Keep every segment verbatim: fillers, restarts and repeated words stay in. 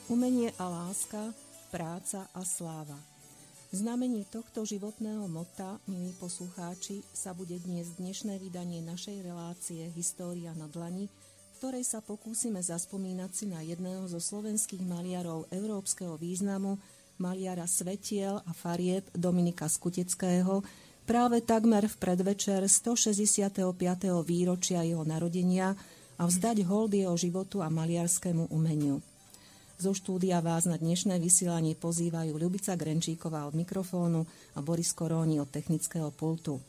Umenie a láska, práca a sláva. V znamení tohto životného mota, milí poslucháči, sa bude dnes dnešné vydanie našej relácie História na dlani, v ktorej sa pokúsime zaspomínať si na jedného zo slovenských maliarov európskeho významu, maliara svetiel a farieb Dominika Skuteckého, práve takmer v predvečer stošesťdesiateho piateho výročia jeho narodenia a vzdať hold jeho životu a maliarskému umeniu. Zo štúdia vás na dnešné vysielanie pozývajú Ľubica Grenčíková od mikrofónu a Boris Koróni od technického pultu.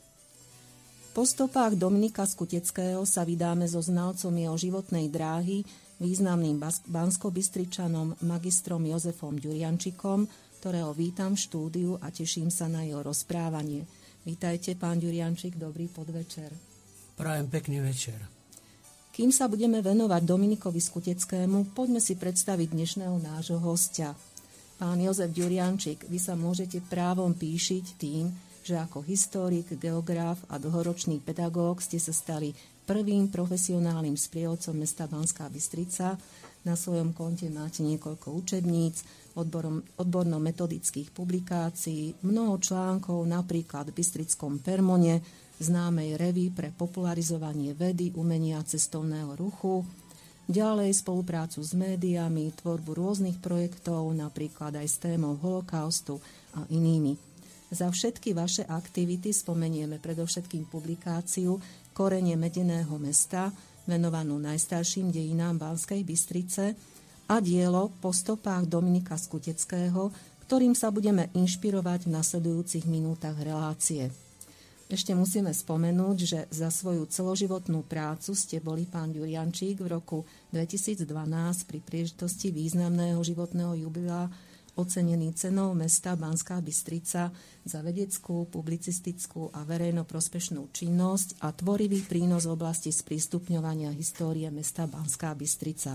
Po stopách Dominika Skuteckého sa vydáme so znalcom jeho životnej dráhy, významným Banskobystričanom, magistrom Jozefom Ďuriančikom, ktorého vítam v štúdiu a teším sa na jeho rozprávanie. Vítajte, pán Ďuriančik, dobrý podvečer. Prajem pekný večer. Kým sa budeme venovať Dominikovi Skuteckému, poďme si predstaviť dnešného nášho hostia. Pán Jozef Ďuriančik, vy sa môžete právom píšiť tým, že ako historik, geograf a dlhoročný pedagóg ste sa stali prvým profesionálnym sprievodcom mesta Banská Bystrica. Na svojom konte máte niekoľko učebníc, odborom, odborno-metodických publikácií, mnoho článkov, napríklad v Bystrickom Permone, známej revy pre popularizovanie vedy, umenia a cestovného ruchu, ďalej spoluprácu s médiami, tvorbu rôznych projektov, napríklad aj s témou holokaustu a inými. Za všetky vaše aktivity spomenieme predovšetkým publikáciu Korene medeného mesta, venovanú najstarším dejinám Banskej Bystrice, a dielo Po stopách Dominika Skuteckého, ktorým sa budeme inšpirovať v nasledujúcich minútach relácie. Ešte musíme spomenúť, že za svoju celoživotnú prácu ste boli, pán Ďuriančík, v roku dvetisícdvanásť pri príležitosti významného životného jubilea ocenený cenou mesta Banská Bystrica za vedeckú, publicistickú a verejnoprospešnú činnosť a tvorivý prínos v oblasti sprístupňovania histórie mesta Banská Bystrica.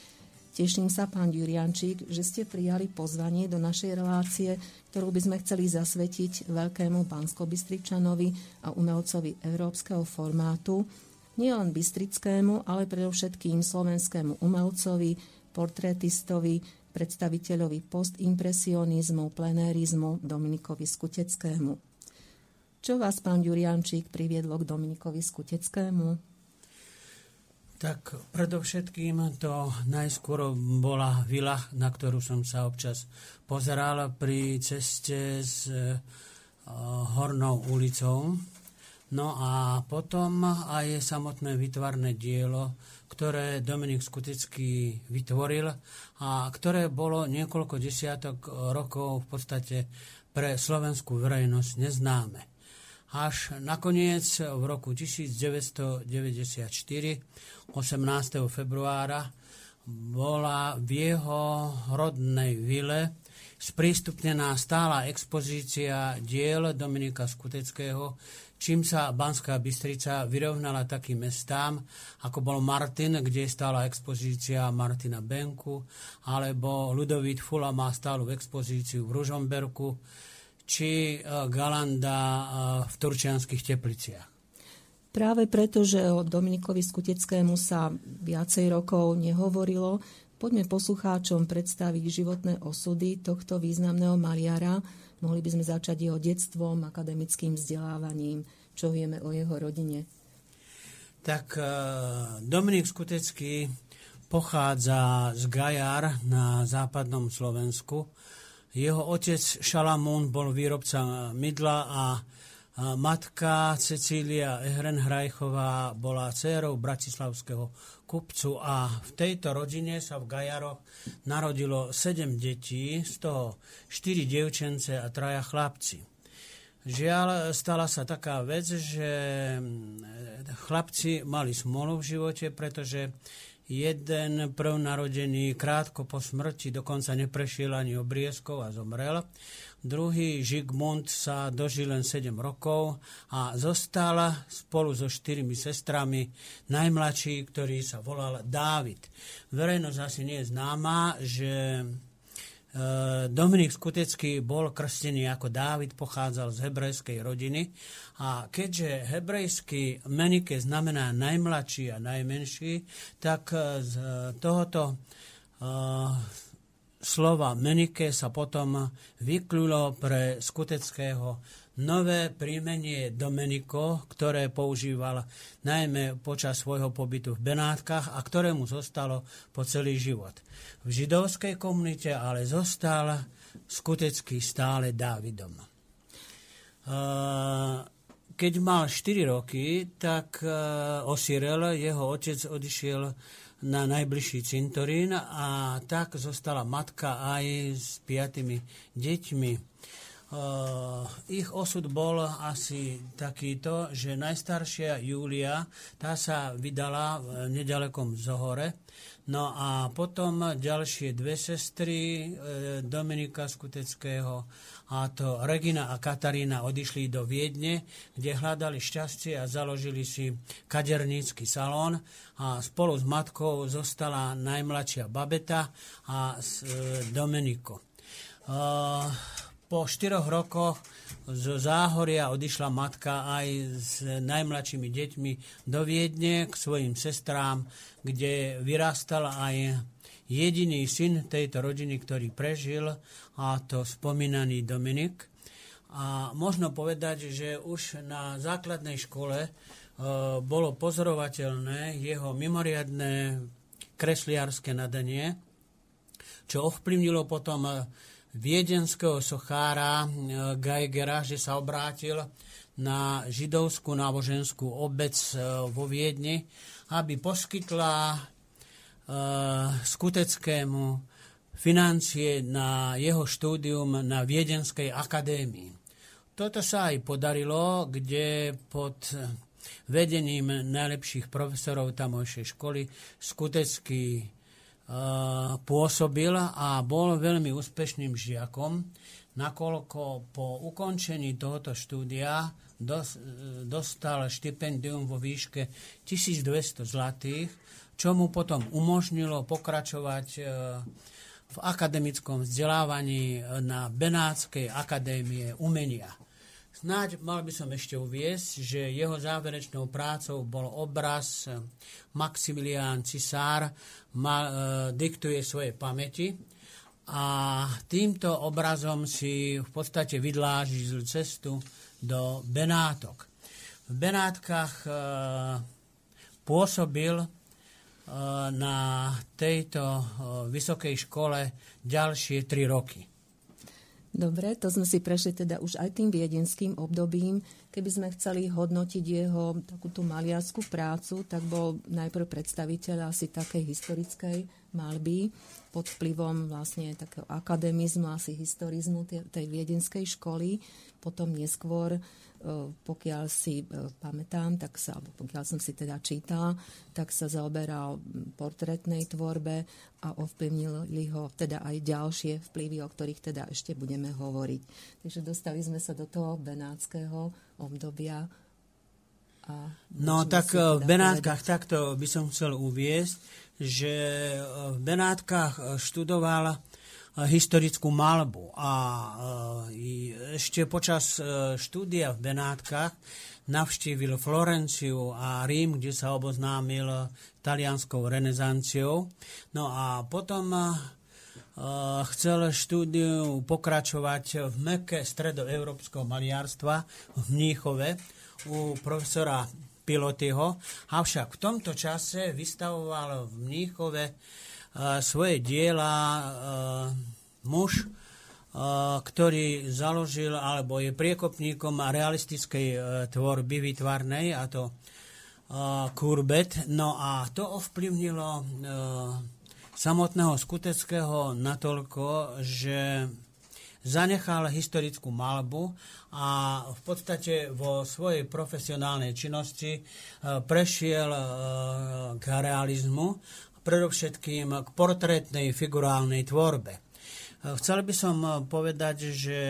Teším sa, pán Ďuriančík, že ste prijali pozvanie do našej relácie, ktorú by sme chceli zasvetiť veľkému Banskobystričanovi a umelcovi európskeho formátu, nielen bystrickému, ale predovšetkým slovenskému umelcovi, portrétistovi, predstaviteľovi postimpresionizmu, plenérizmu Dominikovi Skuteckému. Čo vás, pán Ďuriančík, priviedlo k Dominikovi Skuteckému? Tak predovšetkým to najskôr bola vila, na ktorú som sa občas pozeral pri ceste s uh, Hornou ulicou. No a potom aj samotné výtvarné dielo, ktoré Dominik Skutecký vytvoril a ktoré bolo niekoľko desiatok rokov v podstate pre slovenskú verejnosť neznáme. Až nakoniec v roku devätnásťstodeväťdesiatštyri, osemnásteho februára, bola v jeho rodnej vile sprístupnená stála expozícia diel Dominika Skuteckého, čím sa Banská Bystrica vyrovnala takým mestám, ako bol Martin, kde je stála expozícia Martina Benku, alebo Ludovít Fula má stálu expozíciu v Ružomberku, či Galanda v Turčianskych Tepliciach. Práve preto, že o Dominikovi Skuteckému sa viacej rokov nehovorilo, poďme poslucháčom predstaviť životné osudy tohto významného maliara. Mohli by sme začať jeho detstvom, akademickým vzdelávaním, čo vieme o jeho rodine. Tak Dominik Skutecký pochádza z Gajar na západnom Slovensku. Jeho otec Šalamún bol výrobca mydla a matka Cecília Ehrenhreichová bola dcérou bratislavského kupcu a v tejto rodine sa v Gajaroch narodilo sedem detí, z toho štyri dievčence a traja chlapci. Žiaľ, stala sa taká vec, že chlapci mali smolu v živote, pretože jeden prvnarodený krátko po smrti dokonca neprešiel ani obriezkou a zomrel. Druhý, Žigmund, sa dožil len sedem rokov a zostal spolu so štyrmi sestrami najmladší, ktorý sa volal Dávid. Verejnosť asi nie je známa, že Dominik Skutecký bol krstený ako Dávid, pochádzal z hebrejskej rodiny a keďže hebrejský menike znamená najmladší a najmenší, tak z tohoto slova Menike sa potom vyklulo pre Skuteckého nové príjmenie Domenico, ktoré používal najmä počas svojho pobytu v Benátkach a ktoré mu zostalo po celý život. V židovskej komunite ale zostal Skutecký stále Dávidom. Keď mal štyri roky, tak osirel, jeho otec odišiel na najbližší cintorín a tak zostala matka aj s piatimi deťmi. Uh, ich osud bol asi takýto, že najstaršia Júlia, tá sa vydala v nedalekom Zohore, no a potom ďalšie dve sestry, e, Dominika Skuteckého, a to Regina a Katarína, odišli do Viedne, kde hľadali šťastie a založili si kadernícky salón a spolu s matkou zostala najmladšia Babeta a e, Domenico. Uh, Po štyroch rokoch z Záhoria odišla matka aj s najmladšími deťmi do Viedne k svojim sestrám, kde vyrastal aj jediný syn tejto rodiny, ktorý prežil, a to spomínaný Dominik. A možno povedať, že už na základnej škole e, bolo pozorovateľné jeho mimoriadne kresliarské nadanie, čo ovplyvnilo potom viedenského sochára Geigera, že sa obrátil na židovskú náboženskú obec vo Viedni, aby poskytla uh, Skuteckému financie na jeho štúdium na Viedenskej akadémii. Toto sa aj podarilo, kde pod vedením najlepších profesorov tamojšej školy Skutecký pôsobil a bol veľmi úspešným žiakom, nakoľko po ukončení tohoto štúdia dostal štipendium vo výške tisícdvesto zlatých, čo mu potom umožnilo pokračovať v akademickom vzdelávaní na Benátskej akadémie umenia. Snáď mal by som ešte uviesť, že jeho záverečnou prácou bol obraz Maximilián Cisár ma, e, diktuje svoje pamäti a týmto obrazom si v podstate vydlážil cestu do Benátok. V Benátkach e, pôsobil e, na tejto e, vysokej škole ďalšie tri roky. Dobre, to sme si prešli teda už aj tým viedenským obdobím. Keby sme chceli hodnotiť jeho takúto maliarskú prácu, tak bol najprv predstaviteľ asi takej historickej maľby pod vplyvom vlastne takého akademizmu, asi historizmu tej, tej viedenskej školy. Potom neskôr, pokiaľ si pamätám, tak sa, alebo pokiaľ som si teda čítala, tak sa zaoberal portrétnej tvorbe a ovplyvnili ho teda aj ďalšie vplyvy, o ktorých teda ešte budeme hovoriť. Takže dostali sme sa do toho benátskeho obdobia. A no tak teda v Benátkach povedať. Takto by som chcel uviesť, že v Benátkach študoval historickú maľbu a ešte počas štúdia v Benátkach navštívil Florenciu a Rím, kde sa oboznámil talianskou renesanciou. No a potom chcel štúdiu pokračovať v meke stredoeurópskeho maliarstva v Mníchove u profesora Pilotyho, avšak v tomto čase vystavoval v Mníchove svoje diela muž, ktorý založil alebo je priekopníkom realistickej tvorby výtvarnej, a to Courbet. No a to ovplyvnilo samotného Skuteckého natoľko, že zanechal historickú maľbu a v podstate vo svojej profesionálnej činnosti prešiel k realizmu, predovšetkým k portrétnej figurálnej tvorbe. Chcel by som povedať, že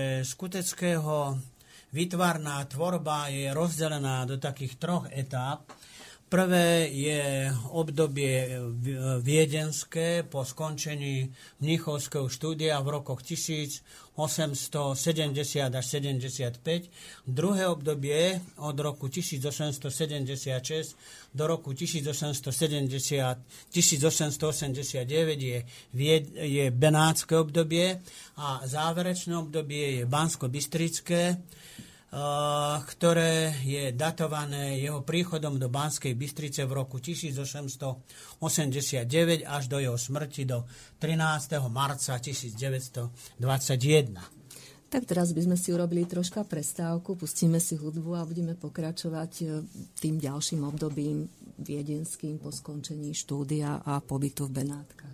Skuteckého výtvarná tvorba je rozdelená do takých troch etáp. Prvé je obdobie viedenské po skončení mníchovského štúdia v rokoch tisícosemstosedemdesiat až sedemdesiatpäť. Druhé obdobie od roku tisícosemstosedemdesiatšesť do roku tisícosemstoosemdesiatdeväť je, je benátske obdobie a záverečné obdobie je banskobystrické, ktoré je datované jeho príchodom do Banskej Bystrice v roku tisícosemstoosemdesiatdeväť až do jeho smrti do trinásteho marca tisícdeväťstodvadsaťjeden. Tak teraz by sme si urobili troška prestávku, pustíme si hudbu a budeme pokračovať tým ďalším obdobím viedenským po skončení štúdia a pobytu v Benátkach.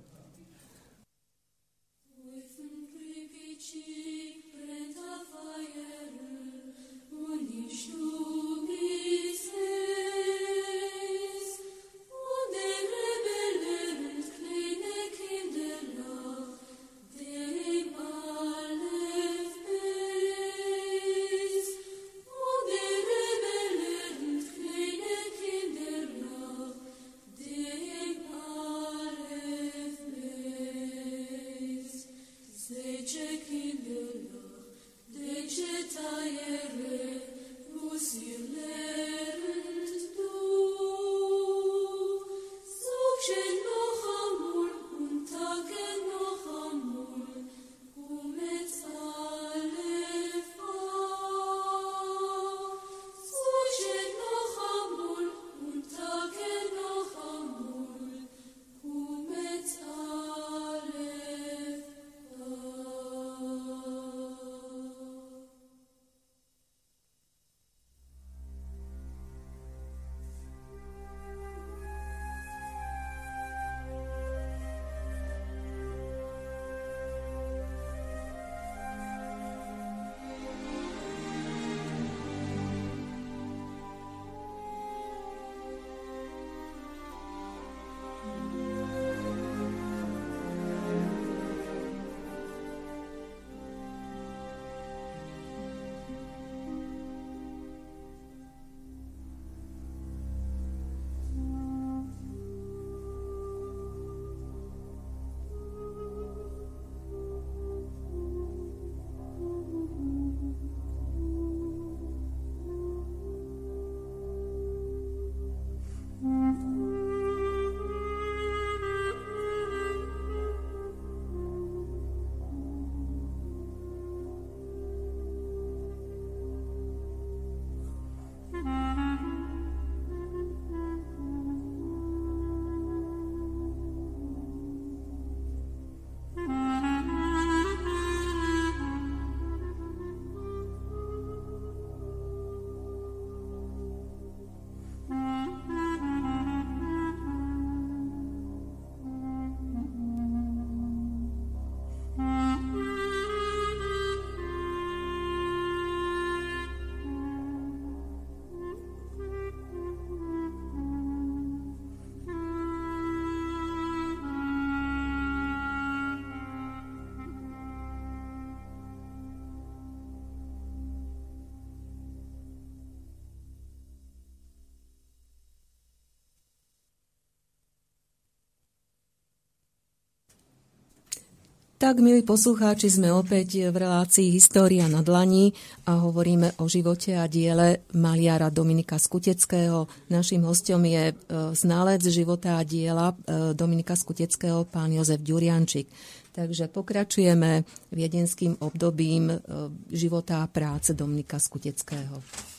Tak, milí poslucháči, sme opäť v relácii História na dlani a hovoríme o živote a diele maliara Dominika Skuteckého. Naším hostom je znalec života a diela Dominika Skuteckého, pán Jozef Ďuriančík. Takže pokračujeme viedenským obdobím života a práce Dominika Skuteckého.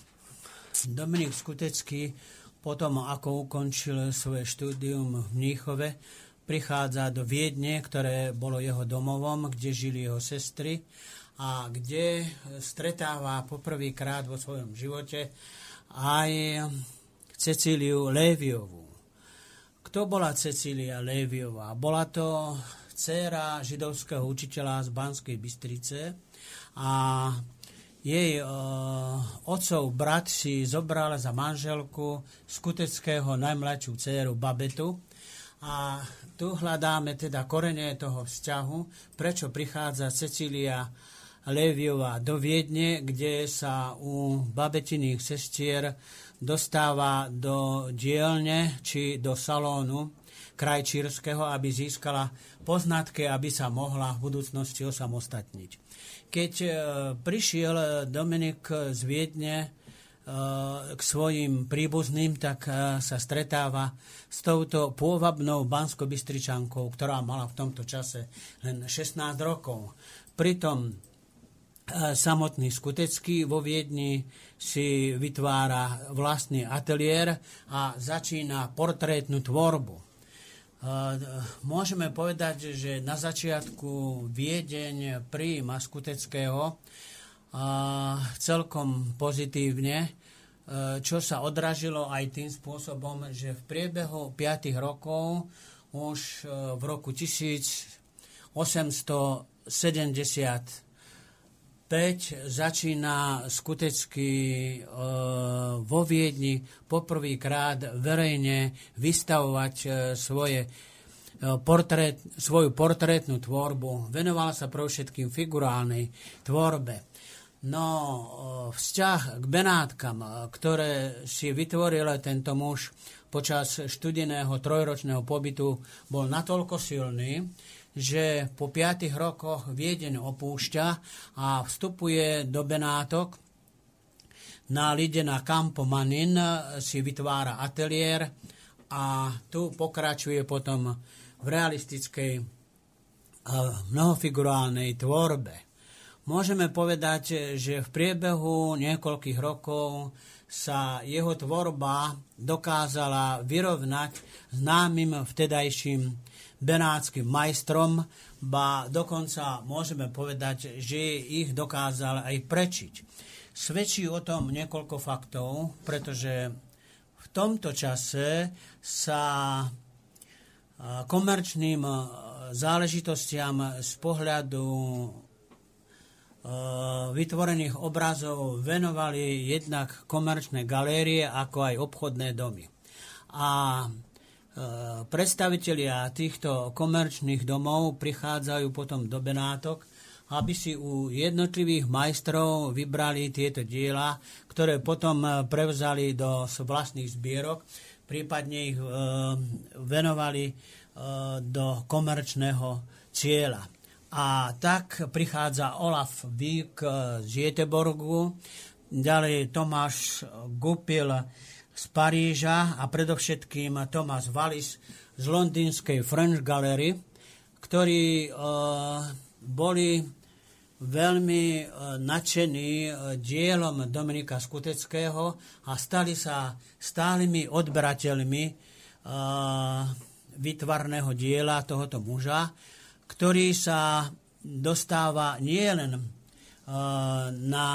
Dominik Skutecký potom, ako ukončil svoje štúdium v Mníchove, prichádza do Viedne, ktoré bolo jeho domovom, kde žili jeho sestry a kde stretáva poprvýkrát vo svojom živote aj Cecíliu Léviovú. Kto bola Cecília Léviová? Bola to dcéra židovského učiteľa z Banskej Bystrice a jej e, otcov brat si zobral za manželku Skuteckého najmladšiu dcéru Babetu. A tu hľadáme teda korene toho vzťahu, prečo prichádza Cecília Léviova do Viedne, kde sa u babetiných sestier dostáva do dielne či do salónu krajčírskeho, aby získala poznatky, aby sa mohla v budúcnosti osamostatniť. Keď e, prišiel Dominik z Viedne e, k svojim príbuzným, tak e, sa stretáva s touto pôvabnou Banskobystričankou, ktorá mala v tomto čase len šestnásť rokov. Pritom samotný Skutecký vo Viedni si vytvára vlastný ateliér a začína portrétnu tvorbu. Môžeme povedať, že na začiatku Viedeň prijíma Skuteckého celkom pozitívne, čo sa odražilo aj tým spôsobom, že v priebehu piatich rokov už v roku tisícosemstosedemdesiatpäť začína Skutecký e, vo Viedni poprvýkrát verejne vystavovať e, svoje, e, portrét, svoju portrétnu tvorbu. Venoval sa pre všetkým figurálnej tvorbe. No, e, vzťah k Benátkam, ktoré si vytvoril tento muž počas študijného trojročného pobytu, bol natoľko silný, že po piatich rokoch Viedeň opúšťa a vstupuje do Benátok. Na Lide na Campo Manin si vytvára ateliér a tu pokračuje potom v realistickej mnohofigurálnej tvorbe. Môžeme povedať, že v priebehu niekoľkých rokov sa jeho tvorba dokázala vyrovnať známym vtedajším benátskym majstrom, ba dokonca môžeme povedať, že ich dokázal aj prečiť. Svedčí o tom niekoľko faktov, pretože v tomto čase sa komerčným záležitostiam z pohľadu vytvorených obrazov venovali jednak komerčné galérie, ako aj obchodné domy. A predstavitelia týchto komerčných domov prichádzajú potom do Benátok, aby si u jednotlivých majstrov vybrali tieto diela, ktoré potom prevzali do vlastných zbierok, prípadne ich e, venovali e, do komerčného cieľa. A tak prichádza Olaf Vík z Göteborgu, ďalej Tomáš Gupil z Paríža a predovšetkým Thomas Wallis z londýnskej French Gallery, ktorí e, boli veľmi e, nadšení e, dielom Dominika Skuteckého a stali sa stálymi odberateľmi e, výtvarného diela tohoto muža, ktorý sa dostáva nielen e, na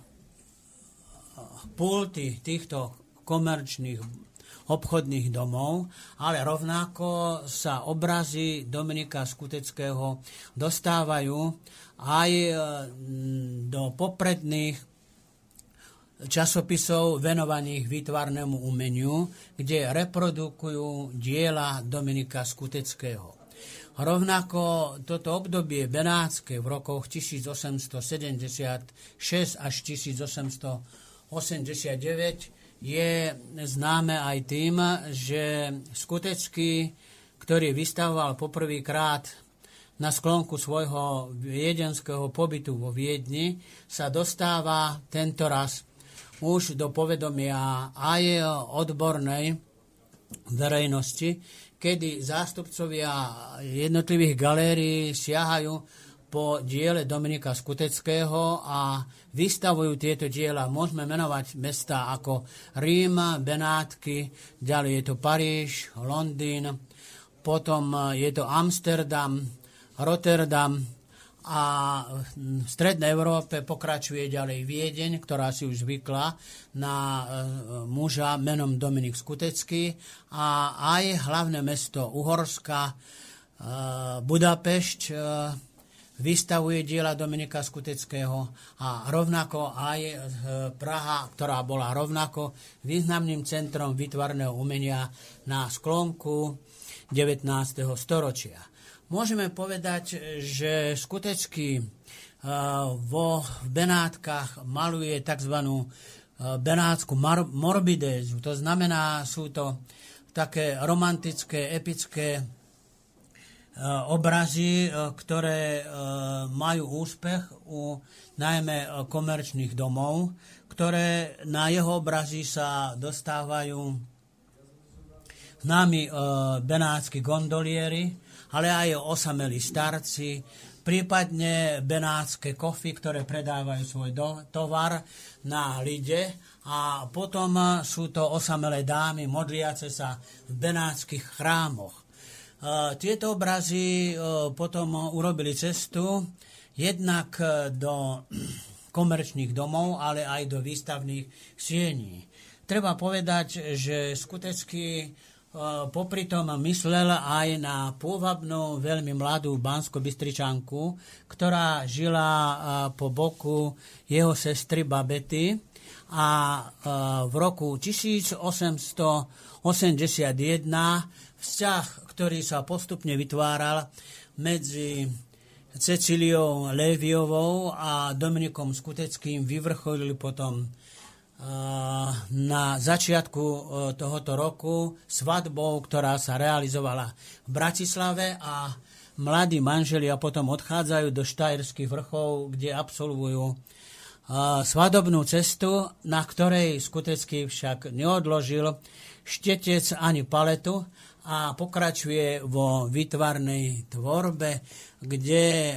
pulty týchto komerčných obchodných domov, ale rovnako sa obrazy Dominika Skuteckého dostávajú aj do popredných časopisov venovaných výtvarnému umeniu, kde reprodukujú diela Dominika Skuteckého. Rovnako toto obdobie benátske v rokoch tisícosemstosedemdesiatšesť až tisícosemstoosemdesiatdeväť je známe aj tým, že Skutecký, ktorý vystavoval poprvýkrát na sklonku svojho viedenského pobytu vo Viedni, sa dostáva tento raz už do povedomia aj odbornej verejnosti, kedy zástupcovia jednotlivých galérií siahajú po diele Dominika Skuteckého a vystavujú tieto diela. Môžeme menovať mesta ako Rím, Benátky, ďalej je to Paríž, Londýn, potom je to Amsterdam, Rotterdam a v strednej Európe pokračuje ďalej Viedeň, ktorá si už zvykla na muža menom Dominik Skutecký a aj hlavné mesto Uhorska, Budapešť, vystavuje diela Dominika Skuteckého a rovnako aj Praha, ktorá bola rovnako významným centrom výtvarného umenia na sklonku devätnásteho storočia. Môžeme povedať, že Skutecký vo Benátkach maluje tzv. Benátskú morbidézu. To znamená, sú to také romantické, epické obrazy, ktoré majú úspech u najmä komerčných domov, ktoré na jeho obrazy sa dostávajú známi benátski gondolieri, ale aj osamelí starci, prípadne benátske kofy, ktoré predávajú svoj do, tovar na lide, a potom sú to osamelé dámy modliace sa v benátskych chrámoch. E, tieto obrazy e, potom urobili cestu jednak do komerčných domov, ale aj do výstavných siení. Treba povedať, že skutecky popri tom myslel aj na pôvabnú, veľmi mladú Banskobystričanku, ktorá žila po boku jeho sestry Babety, a v roku tisícosemstoosemdesiatjeden vzťah, ktorý sa postupne vytváral medzi Cecíliou Léviovou a Dominikom Skuteckým, vyvrcholili potom na začiatku tohoto roku svadbou, ktorá sa realizovala v Bratislave, a mladí manželia potom odchádzajú do Štajerských vrchov, kde absolvujú svadobnú cestu, na ktorej Skutecký však neodložil štetec ani paletu a pokračuje vo výtvarnej tvorbe, kde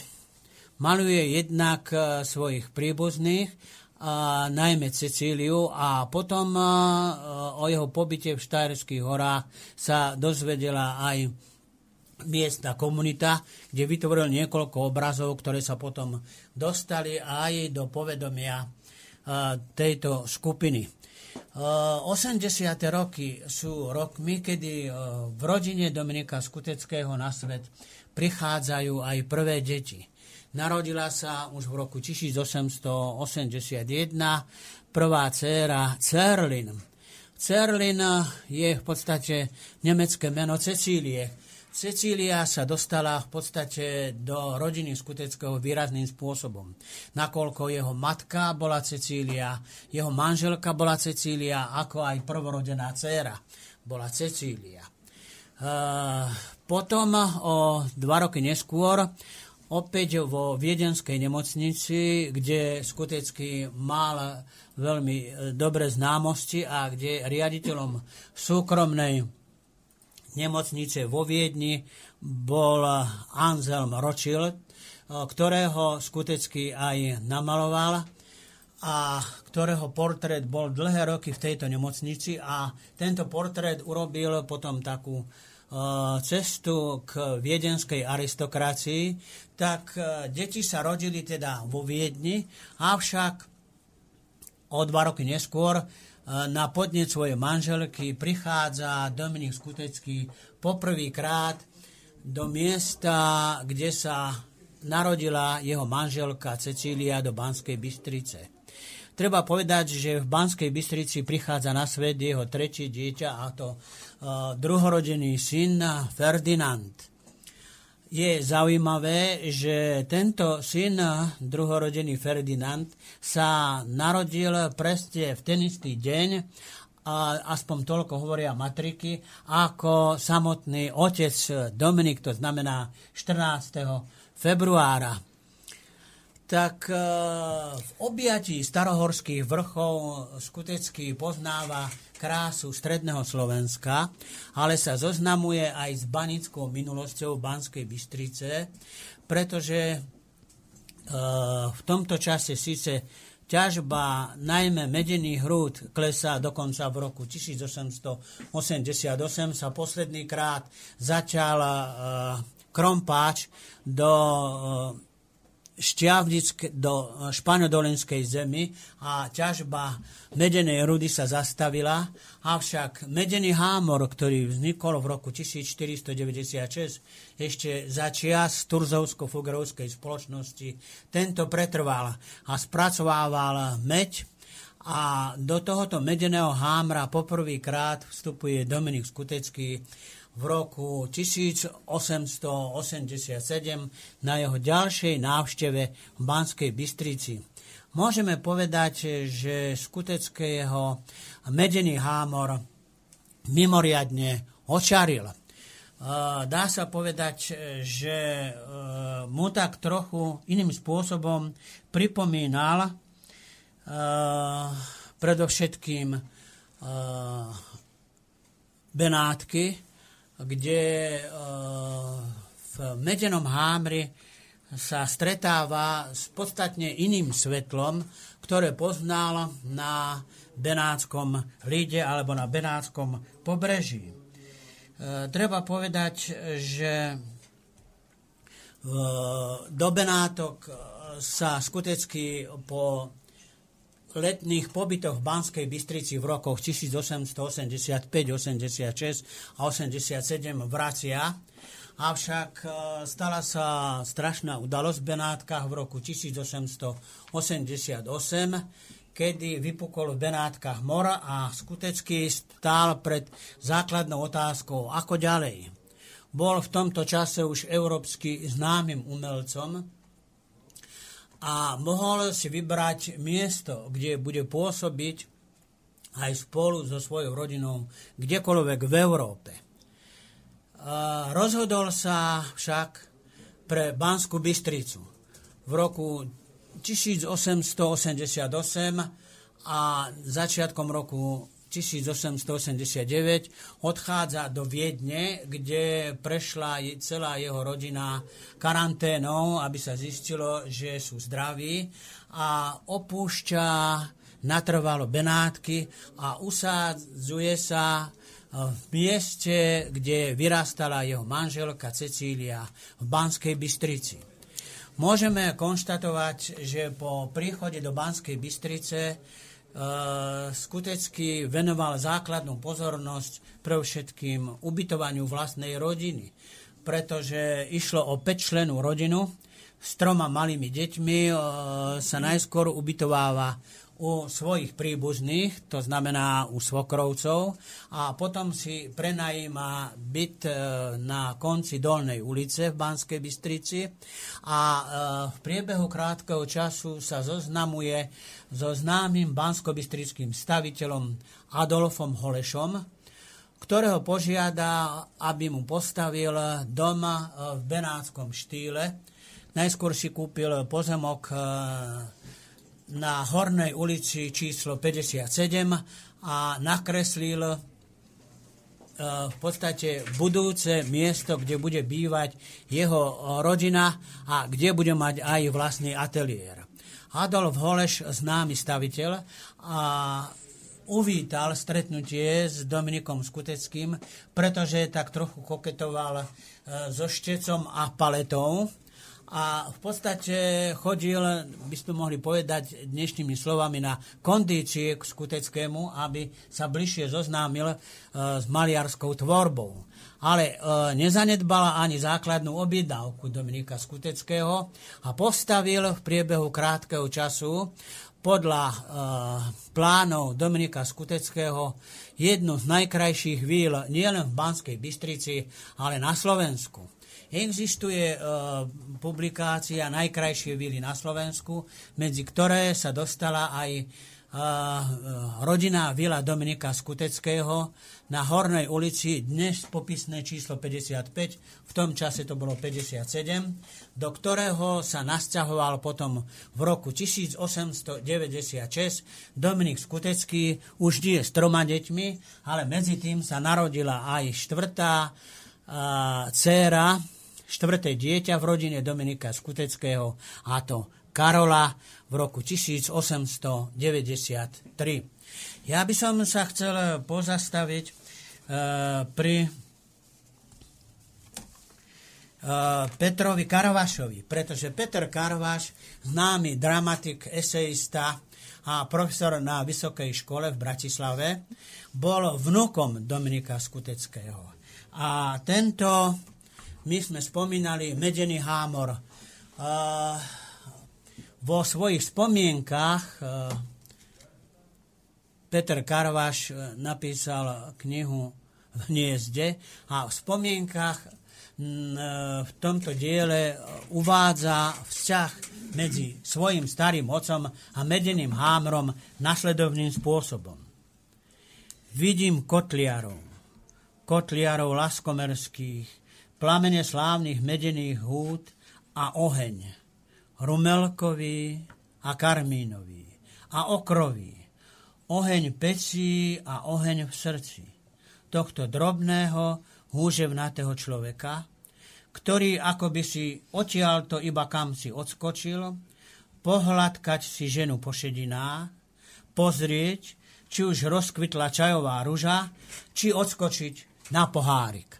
maluje jednak svojich príbuzných, a najmä Cecíliu, a potom a, o jeho pobyte v Štajerských horách sa dozvedela aj miestna komunita, kde vytvoril niekoľko obrazov, ktoré sa potom dostali aj do povedomia a, tejto skupiny. A, osemdesiate roky sú rokmi, kedy a, v rodine Dominika Skuteckého na svet prichádzajú aj prvé deti. Narodila sa už v roku tisícosemstoosemdesiatjeden prvá dcéra Zerlin. Zerlin je v podstate nemecké meno Cecílie. Cecília sa dostala v podstate do rodiny Skuteckého výrazným spôsobom. Nakoľko jeho matka bola Cecília, jeho manželka bola Cecília, ako aj prvorodená dcéra bola Cecília. Uh, potom o dva roky neskôr opäť vo viedenskej nemocnici, kde Skutecký mal veľmi dobré známosti a kde riaditeľom súkromnej nemocnice vo Viedni bol Anselm Rothschild, ktorého Skutecký aj namaloval a ktorého portrét bol dlhé roky v tejto nemocnici, a tento portrét urobil potom takú cestu k viedenskej aristokracii. Tak deti sa rodili teda vo Viedni, avšak o dva roky neskôr na podnet svojej manželky prichádza Dominik Skutecký poprvýkrát do miesta, kde sa narodila jeho manželka Cecília, do Banskej Bystrice. Treba povedať, že v Banskej Bystrici prichádza na svet jeho tretie dieťa, a to uh, druhorodený syn Ferdinand. Je zaujímavé, že tento syn, druhorodený Ferdinand, sa narodil presne v ten istý deň, a aspoň toľko hovoria matriky, ako samotný otec Dominik, to znamená štrnásteho februára. Tak v objatí starohorských vrchov Skutecký poznáva krásu stredného Slovenska, ale sa zoznamuje aj s banickou minulosťou Banskej Bystrice, pretože v tomto čase síce ťažba najmä medených rúd klesá, dokonca v roku tisícosemstoosemdesiatosem sa posledný krát začal krompáč do Šťavnic, do španodolenskej zemi, a ťažba medenej rudy sa zastavila, avšak medený hámor, ktorý vznikol v roku tisícštyristodeväťdesiatšesť ešte za čias Turzovsko-Fugrovskej spoločnosti, tento pretrval a spracovával meď, a do tohoto medeného hámra poprvýkrát vstupuje Dominik Skutecký v roku tisícosemstoosemdesiatsedem na jeho ďalšej návšteve v Banskej Bystrici. Môžeme povedať, že Skuteckého medený hámor mimoriadne očaril. Dá sa povedať, že mu tak trochu iným spôsobom pripomínal predovšetkým Benátky, kde v medenom hámri sa stretáva s podstatne iným svetlom, ktoré poznal na Benátskom líde alebo na Benátskom pobreží. Treba povedať, že do Benátok sa Skutecký po letných pobytoch v Banskej Bystrici v rokoch tisícosemstoosemdesiatpäť, osemdesiatšesť a osemdesiatsedem vracia. Avšak stala sa strašná udalosť v Benátkach v roku tisícosemstoosemdesiatosem, kedy vypukol v Benátkach mor a Skutecký stál pred základnou otázkou, ako ďalej. Bol v tomto čase už európsky známym umelcom a mohol si vybrať miesto, kde bude pôsobiť aj spolu so svojou rodinou kdekoľvek v Európe. Rozhodol sa však pre Banskú Bystricu. V roku tisícosemstoosemdesiatosem a začiatkom roku tisícosemstoosemdesiatdeväť odchádza do Viedne, kde prešla celá jeho rodina karanténou, aby sa zistilo, že sú zdraví, a opúšťa natrvalo Benátky a usádzuje sa v mieste, kde vyrastala jeho manželka Cecília v Banskej Bystrici. Môžeme konštatovať, že po príchode do Banskej Bystrice e, Skutecký venoval základnú pozornosť pre všetkým ubytovaniu vlastnej rodiny, pretože išlo o päťčlennú rodinu s troma malými deťmi, e, sa najskôr ubytováva u svojich príbuzných, to znamená u svokrovcov, a potom si prenajíma byt na konci Dolnej ulice v Banskej Bystrici a v priebehu krátkeho času sa zoznamuje so známym banskobystrickým staviteľom Adolfom Holešom, ktorého požiada, aby mu postavil dom v benátskom štýle. Najskôr si kúpil pozemok na Hornej ulici číslo päťdesiatsedem a nakreslil v podstate budúce miesto, kde bude bývať jeho rodina a kde bude mať aj vlastný ateliér. Adolf Holeš, známy staviteľ, a uvítal stretnutie s Dominikom Skuteckým, pretože tak trochu koketoval so štecom a paletou. A v podstate chodil, by sme mohli povedať dnešnými slovami, na kondície k Skuteckému, aby sa bližšie zoznámil e, s maliarskou tvorbou. Ale e, nezanedbala ani základnú objednávku Dominika Skuteckého a postavil v priebehu krátkeho času podľa e, plánov Dominika Skuteckého jednu z najkrajších víl nielen v Banskej Bystrici, ale na Slovensku. Existuje e, publikácia Najkrajšie víly na Slovensku, medzi ktoré sa dostala aj e, rodinná vila Dominika Skuteckého na Hornej ulici, dnes popisné číslo päťdesiatpäť, v tom čase to bolo päťdesiatsedem, do ktorého sa nasťahoval potom v roku tisícosemstodeväťdesiatšesť Dominik Skutecký, už nie s troma deťmi, ale medzi tým sa narodila aj štvrtá e, dcéra, štvrté dieťa v rodine Dominika Skuteckého, a to Karola, v roku tisícosemstodeväťdesiattri. Ja by som sa chcel pozastaviť e, pri e, Petrovi Karvašovi, pretože Peter Karvaš, známy dramatik, esejista a profesor na Vysokej škole v Bratislave, bol vnukom Dominika Skuteckého. A tento, my sme spomínali, medený hámor, uh, vo svojich spomienkách uh, Peter Karvaš napísal knihu v hniezde a v spomienkach v tomto diele uvádza vzťah medzi svojim starým otcom a medeným Hámrom nasledovným spôsobom. Vidím kotliarov, kotliarov laskomerských, plamene slávnych medených húd a oheň, rumelkový a karmínový a okrový, oheň pecí a oheň v srdci tohto drobného, húževnatého človeka, ktorý akoby si odtiaľto iba kam si odskočil, pohľadkať si ženu po šedinách, pozrieť, či už rozkvitla čajová ruža, či odskočiť na pohárik.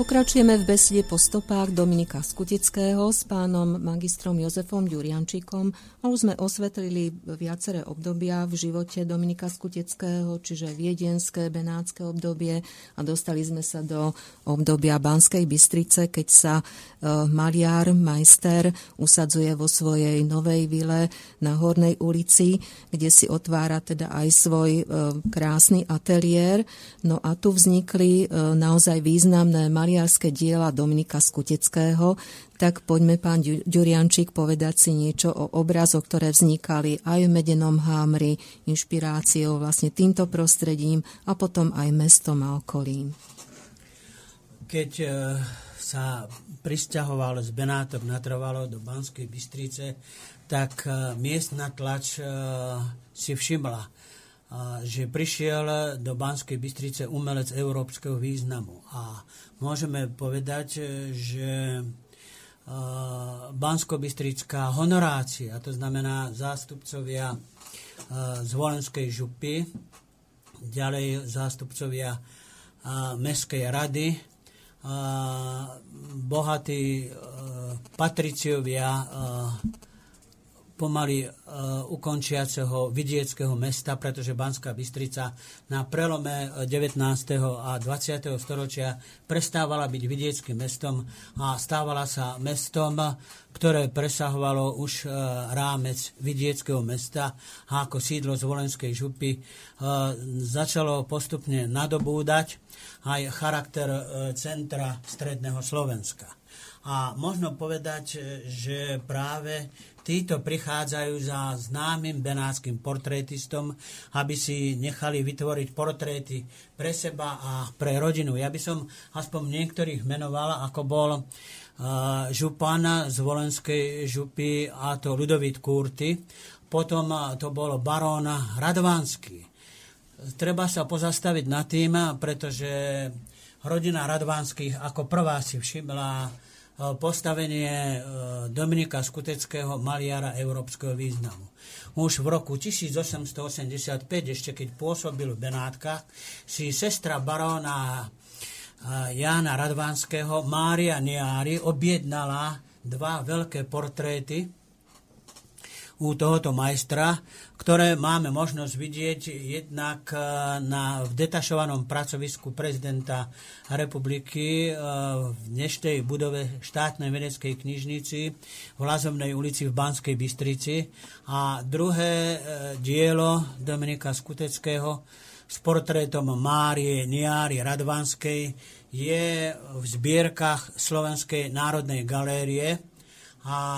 Pokračujeme v besede po stopách Dominika Skutického s pánom magistrom Jozefom Ďuriančikom a už sme osvetlili viaceré obdobia v živote Dominika Skutického, čiže viedenské, benátske obdobie a dostali sme sa do obdobia Banskej Bystrice, keď sa e, maliar, majster usadzuje vo svojej novej vile na Hornej ulici, kde si otvára teda aj svoj e, krásny ateliér. No a tu vznikli e, naozaj významné maliarské diela Dominika Skutického, tak poďme, pán Ďuriančík, povedať si niečo o obrazoch, ktoré vznikali aj v Medenom Hámri, inšpiráciou vlastne týmto prostredím a potom aj mestom a okolím. Keď e, sa prisťahoval z Benátok natrvalo do Banskej Bystrice, tak e, miestna tlač e, si všimla, že prišiel do Banskej Bystrice umelec európskeho významu. A môžeme povedať, že banskobystrická honorácia, to znamená zástupcovia z Volenskej župy, ďalej zástupcovia Mestskej rady, bohatí patriciovia pomaly e, ukončiaceho vidieckého mesta, pretože Banská Bystrica na prelome devätnásteho a dvadsiateho storočia prestávala byť vidieckým mestom a stávala sa mestom, ktoré presahovalo už e, rámec vidieckého mesta a ako sídlo z Volenskej župy e, začalo postupne nadobúdať aj charakter e, centra stredného Slovenska. A možno povedať, že práve títo prichádzajú za známym benátskym portrétistom, aby si nechali vytvoriť portréty pre seba a pre rodinu. Ja by som aspoň niektorých menoval, ako bol uh, župan z Volenskej župy, a to Ľudovít Kurty. Potom uh, to bol barón Radvanský. Treba sa pozastaviť nad tým, pretože rodina Radvanských ako prvá si všimla postavenie Dominika Skutického, maliara európskeho významu. Už v roku tisícosemstoosemdesiatpäť, ešte keď pôsobil v Benátkach, si sestra baróna Jána Radvanského, Mária Niári, objednala dva veľké portréty u tohoto majstra, ktoré máme možnosť vidieť jednak na, v detašovanom pracovisku prezidenta republiky v dnešnej budove štátnej vedeckej knižnici v Lazovnej ulici v Banskej Bystrici. A druhé dielo Dominika Skutického s portrétom Márie Niári Radvanskej je v zbierkach Slovenskej národnej galérie a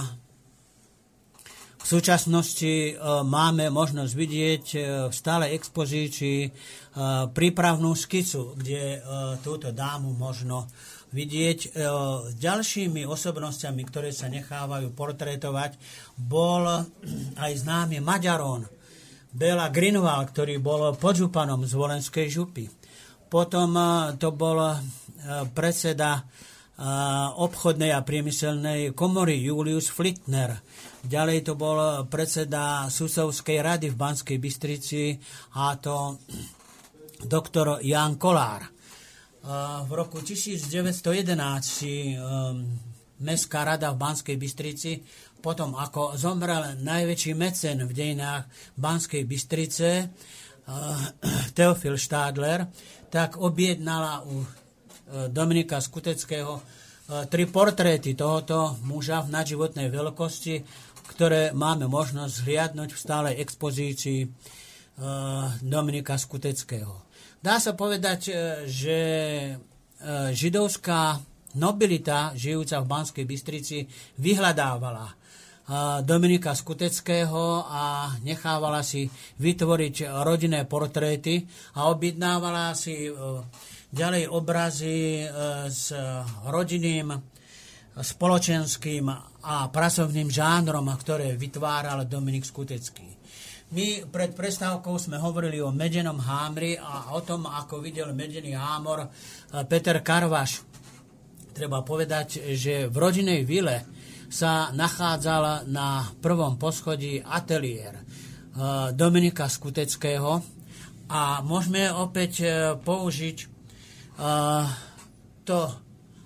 v súčasnosti e, máme možnosť vidieť e, v stálej expozícii e, prípravnú skicu, kde e, túto dámu možno vidieť. E, s ďalšími osobnostiami, ktoré sa nechávajú portrétovať, bol aj známy Maďarón Béla Grünwald, ktorý bol podžupanom z Volenskej župy. Potom e, to bol e, predseda e, obchodnej a priemyselnej komory Julius Flittner. Ďalej to bol predseda Susovskej rady v Banskej Bystrici, a to doktor Ján Kolár. V roku devätnásťstojedenásť si Mestská rada v Banskej Bystrici, potom ako zomrel najväčší mecen v dejinách Banskej Bystrice, Teofil Štádler, tak objednala u Dominika Skutického tri portréty tohoto muža v nadživotnej veľkosti, ktoré máme možnosť zhliadnúť v stálej expozícii e, Dominika Skutického. Dá sa povedať, že e, židovská nobilita, žijúca v Banskej Bystrici, vyhľadávala e, Dominika Skutického a nechávala si vytvoriť rodinné portréty a objednávala si e, ďalej obrazy e, s rodinným, spoločenským a pracovným žánrom, ktoré vytváral Dominik Skutický. My pred prestávkou sme hovorili o Medenom Hámri a o tom, ako videl Medený Hámor Peter Karvaš. Treba povedať, že v rodinnej vile sa nachádzal na prvom poschodí ateliér Dominika Skutického a môžeme opäť použiť to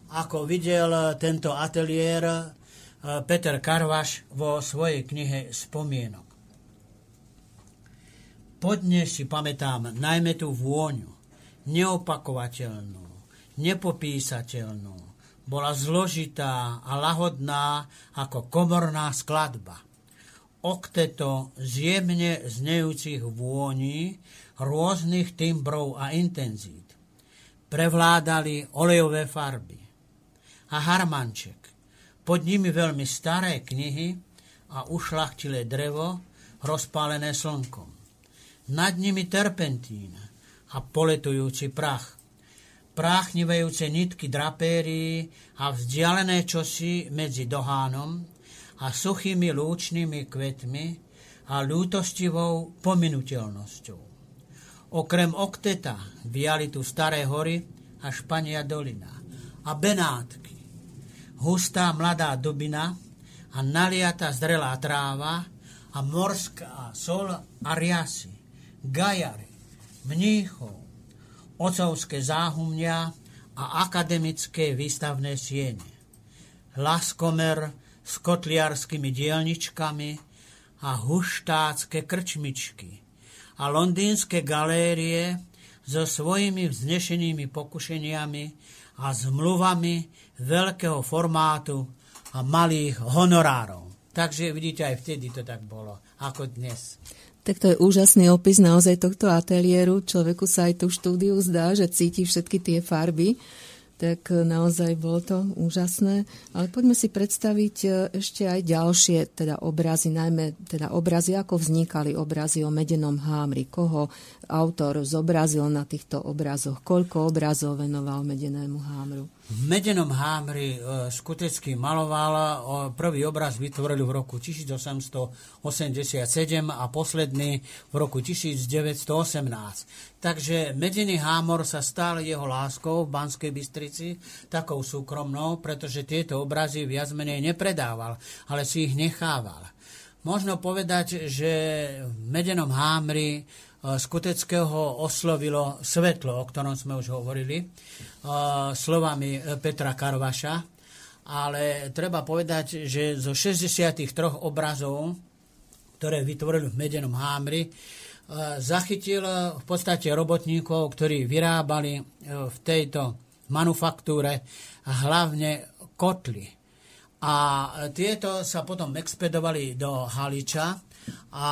ako videl tento ateliér Peter Karvaš vo svojej knihe Spomienok. Podnes si pamätám najmä tú vôňu, neopakovateľnú, nepopísateľnú. Bola zložitá a lahodná ako komorná skladba. Okteto zjemne znejúcich vôní rôznych timbrov a intenzít. Prevládali olejové farby a harmanček. Pod nimi veľmi staré knihy a ušľachtilé drevo, rozpálené slnkom. Nad nimi terpentín a poletujúci prach. Práchnivejúce nitky drapérií a vzdialené čosi medzi dohánom a suchými lúčnými kvetmi a ľútostivou pominuteľnosťou. Okrem okteta viali tu staré hory a Špania dolina a Benátky, hustá mladá dubina a naliata zrelá tráva a morská sol a riasy, gajary, mníchov, ocovské záhumnia a akademické výstavné siene. Laskomer s kotliarskými dielničkami a huštácké krčmičky a londýnske galérie so svojimi vznešenými pokušeniami a zmluvami veľkého formátu a malých honorárov. Takže vidíte, aj vtedy to tak bolo, ako dnes. Tak to je úžasný opis naozaj tohto ateliéru. Človeku sa aj tu štúdiu zdá, že cíti všetky tie farby. Tak naozaj bolo to úžasné. Ale poďme si predstaviť ešte aj ďalšie teda obrazy, najmä teda obrazy, ako vznikali obrazy o Medenom Hámri. Koho autor zobrazil na týchto obrazoch? Koľko obrazov venoval Medenému Hámru? V Medenom Hámri e, skutecky maloval, o, prvý obraz vytvorili v roku tisícosemstoosemdesiatsedem a posledný v roku devätnásťstoosemnásť. Takže Medený Hámor sa stal jeho láskou v Banskej Bystrici, takou súkromnou, pretože tieto obrazy viac menej nepredával, ale si ich nechával. Možno povedať, že v Medenom Hámri Skuteckého oslovilo svetlo, o ktorom sme už hovorili, slovami Petra Karvaša, ale treba povedať, že zo šesťdesiattri obrazov, ktoré vytvorili v Medenom Hámri, zachytil v podstate robotníkov, ktorí vyrábali v tejto manufaktúre hlavne kotly. A tieto sa potom expedovali do Haliča a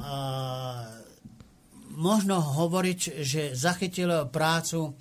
možno hovoriť, že zachytil prácu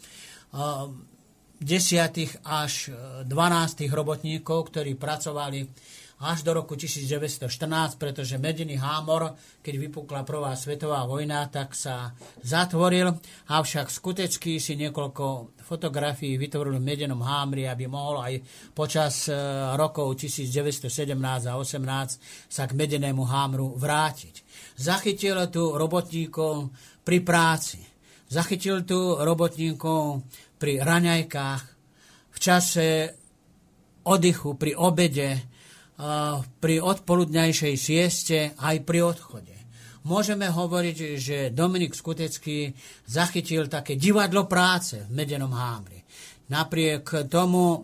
desiatich až dvanástich robotníkov, ktorí pracovali až do roku devätnásťstoštrnásť, pretože Medený Hámor, keď vypukla prvá svetová vojna, tak sa zatvoril, avšak skutecky si niekoľko fotografií vytvoril v Medenom Hámri, aby mohol aj počas rokov devätnásťstosedemnásť a osemnásť sa k Medenému Hámru vrátiť. Zachytil tu robotníkov pri práci, zachytil tu robotníkov pri raňajkách, v čase oddychu, pri obede, pri odpoludňajšej sieste, aj pri odchode. Môžeme hovoriť, že Dominik Skutecký zachytil také divadlo práce v Medenom Hámri. Napriek tomu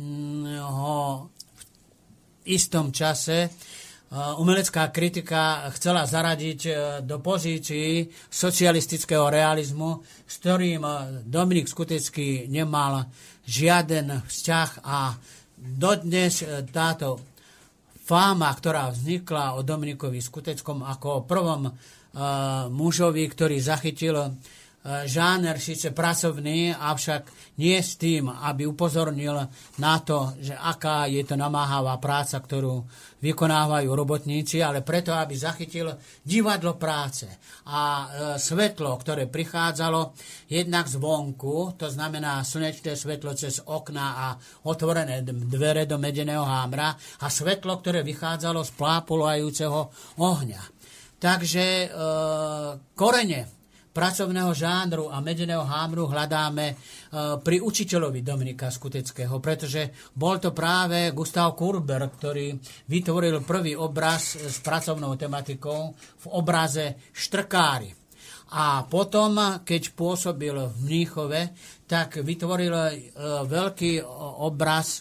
ho v istom čase umelecká kritika chcela zaradiť do pozícií socialistického realizmu, s ktorým Dominik Skutecký nemal žiaden vzťah a dodnes táto fáma, ktorá vznikla o Dominikovi Skuteckom ako o prvom uh, mužovi, ktorý zachytil uh, žáner síce pracovný, avšak nie s tým, aby upozornil na to, že aká je to namáhavá práca, ktorú vykonávajú robotníci, ale preto, aby zachytil divadlo práce a e, svetlo, ktoré prichádzalo jednak zvonku, to znamená slnečné svetlo cez okná a otvorené dvere do Medeného Hámra a svetlo, ktoré vychádzalo z plápolajúceho ohňa. Takže e, korene pracovného žánru a Medeného Hámru hľadáme e, pri učiteľovi Dominika Skuteckého, pretože bol to práve Gustav Kurber, ktorý vytvoril prvý obraz s pracovnou tematikou v obraze Štrkári. A potom, keď pôsobil v Mníchove, tak vytvoril veľký obraz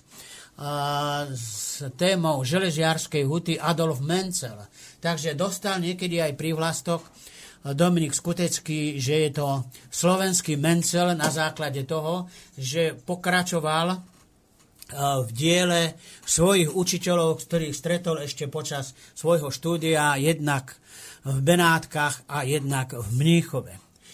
s témou železiarskej huty Adolf Menzel. Takže dostal niekedy aj prívlastok Dominik Skutecký, že je to slovenský Menzel na základe toho, že pokračoval v diele svojich učiteľov, ktorých stretol ešte počas svojho štúdia, jednak v Benátkach a jednak v Mníchove.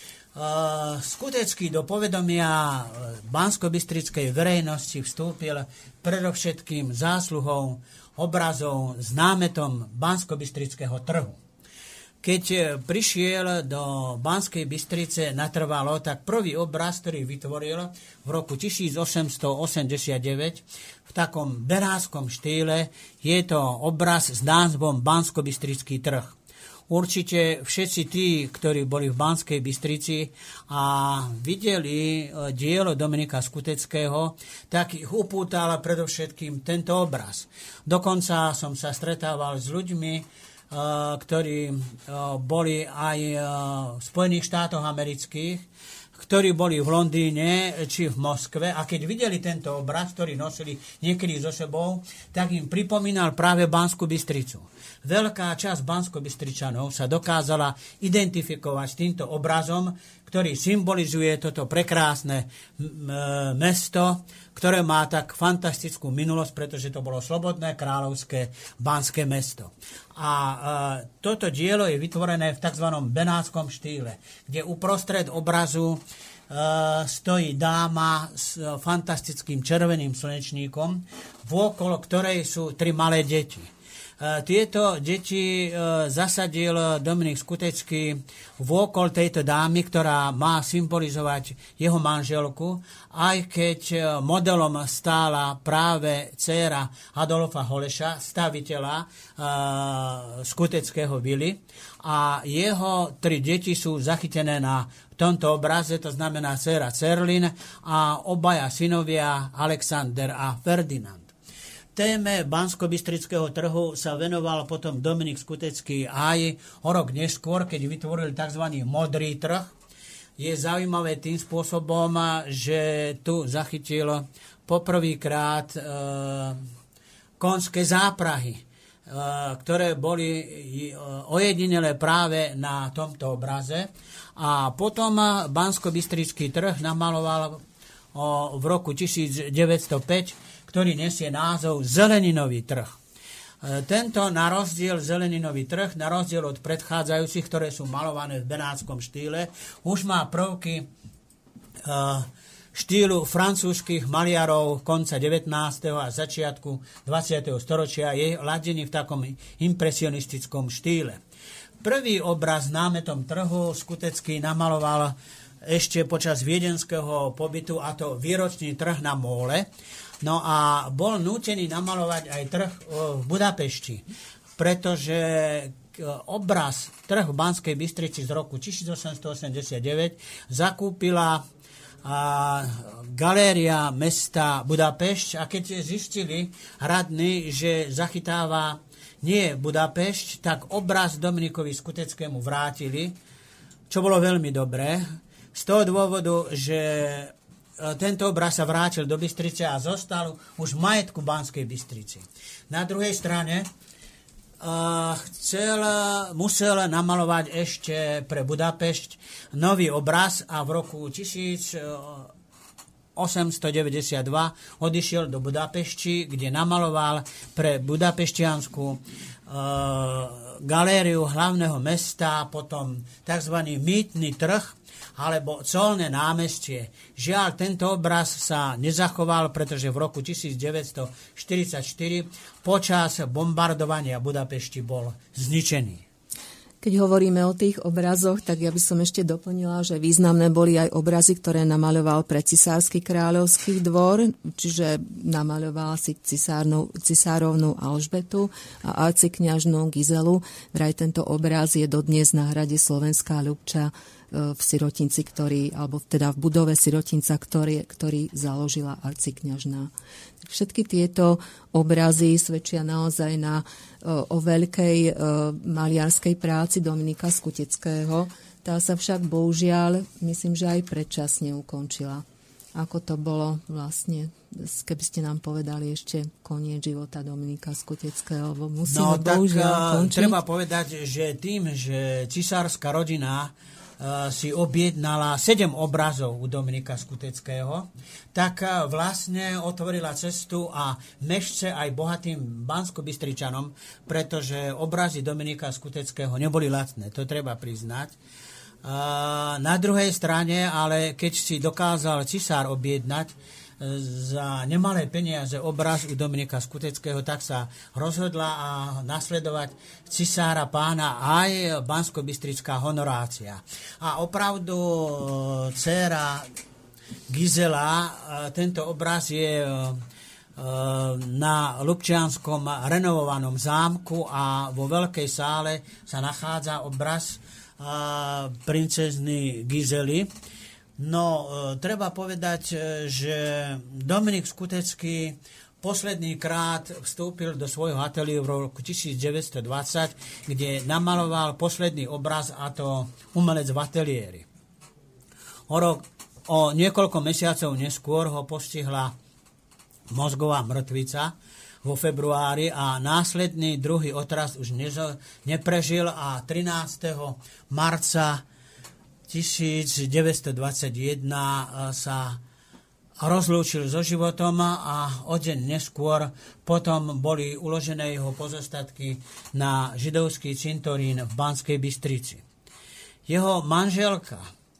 Skutecký do povedomia banskobystrickej verejnosti vstúpil predovšetkým zásluhou obrazov s námetom banskobystrického trhu. Keď prišiel do Banskej Bystrice natrvalo, tak prvý obraz, ktorý vytvoril v roku tisícosemstoosemdesiatdeväť v takom benátskom štýle, je to obraz s názvom Banskobystrický trh. Určite všetci tí, ktorí boli v Banskej Bystrici a videli dielo Dominika Skuteckého, tak ich upútal predovšetkým tento obraz. Dokonca som sa stretával s ľuďmi, ktorí boli aj v Spojených štátoch amerických, ktorí boli v Londýne či v Moskve, a keď videli tento obraz, ktorý nosili niekedy so sebou, tak im pripomínal práve Banskú Bystricu. Veľká časť Banskobystričanov sa dokázala identifikovať s týmto obrazom, ktorý symbolizuje toto prekrásne mesto, ktoré má tak fantastickú minulosť, pretože to bolo slobodné kráľovské banské mesto. A e, toto dielo je vytvorené v tzv. Benátskom štýle, kde uprostred obrazu e, stojí dáma s fantastickým červeným slnečníkom, vôkolo ktorej sú tri malé deti. Tieto deti zasadil Dominik Skutecký vôkol tejto dámy, ktorá má symbolizovať jeho manželku, aj keď modelom stála práve dcéra Adolfa Holeša, staviteľa Skuteckého vily, a jeho tri deti sú zachytené na tomto obraze, to znamená dcéra Cerlin a obaja synovia Alexander a Ferdinand. Téme banskobystrického trhu sa venoval potom Dominik Skutecký aj o rok neskôr, keď vytvoril tzv. Modrý trh. Je zaujímavé tým spôsobom, že tu zachytil poprvýkrát e, konské záprahy, e, ktoré boli ojedinelé práve na tomto obraze. A potom banskobystrický trh namaloval o, v roku devätnásťstopäť, ktorý nesie názov Zeleninový trh. Tento na rozdiel Zeleninový trh, na rozdiel od predchádzajúcich, ktoré sú malované v benátskom štýle, už má prvky štýlu francúzskych maliarov konca devätnásteho a začiatku dvadsiateho storočia, je ladený v takom impresionistickom štýle. Prvý obraz s námetom trhu Skutecký namaloval ešte počas viedenského pobytu, a to výročný trh na Móle. No a bol nútený namalovať aj trh v Budapešti, pretože obraz trh v Banskej Bystrici z roku tisícosemstoosemdesiatdeväť zakúpila galéria mesta Budapešť, a keď zistili radní, že zachytáva nie Budapešť, tak obraz Dominikovi Skuteckému vrátili, čo bolo veľmi dobré, z toho dôvodu, že tento obraz sa vrátil do Bystrice a zostal už v majetku Banskej Bystrici. Na druhej strane uh, chcel, musel namalovať ešte pre Budapešť nový obraz a v roku tisícosemstodeväťdesiatdva odišiel do Budapešti, kde namaloval pre budapeštiansku uh, galériu hlavného mesta potom tzv. Mýtny trh alebo colné námestie. Žiaľ, tento obraz sa nezachoval, pretože v roku devätnásťstoštyridsaťštyri počas bombardovania Budapešti bol zničený. Keď hovoríme o tých obrazoch, tak ja by som ešte doplnila, že významné boli aj obrazy, ktoré namaľoval pre cisársky kráľovský dvor, čiže namaľoval si cisárnu, cisárovnú Alžbetu a arcikňažnú Gizelu. Vraj tento obraz je dodnes na hrade Slovenská Ľubča v Sirotinci, ktorý, alebo teda v budove Sirotinca, ktorý, ktorý založila arcikňažná. Všetky tieto obrazy svedčia naozaj na, o, o veľkej o, maliarskej práci Dominika Skuteckého. Tá sa však bohužiaľ, myslím, že aj predčasne ukončila. Ako to bolo vlastne, keby ste nám povedali ešte koniec života Dominika Skuteckého, lebo musíme no, tak, bohužiaľ končiť. Treba povedať, že tým, že cisárska rodina uh, si objednala sedem obrazov u Dominika Skuteckého, tak uh, vlastne otvorila cestu a mešce aj bohatým Banskobystričanom, pretože obrazy Dominika Skuteckého neboli lacné, to treba priznať. Na druhej strane, ale keď si dokázal cisár objednať za nemalé peniaze obraz u Dominika Skuteckého, tak sa rozhodla a nasledovať cisára pána aj banskobystrická honorácia. A opravdu dcéra Gizela, tento obraz je na Lubčianskom renovovanom zámku a vo veľkej sále sa nachádza obraz a princezny Gizely. No, e, treba povedať, že Dominik Skutecký posledný krát vstúpil do svojho ateliéru v roku devätnásťstodvadsať, kde namaloval posledný obraz, a to Umelec v ateliéri. O, rok, o niekoľko mesiacov neskôr ho postihla mozgová mŕtvica vo februári a následný druhý otrast už nezo, neprežil a trinásteho marca devätnásťstodvadsaťjeden sa rozlúčil so životom a o deň neskôr potom boli uložené jeho pozostatky na židovský cintorín v Banskej Bystrici. Jeho manželka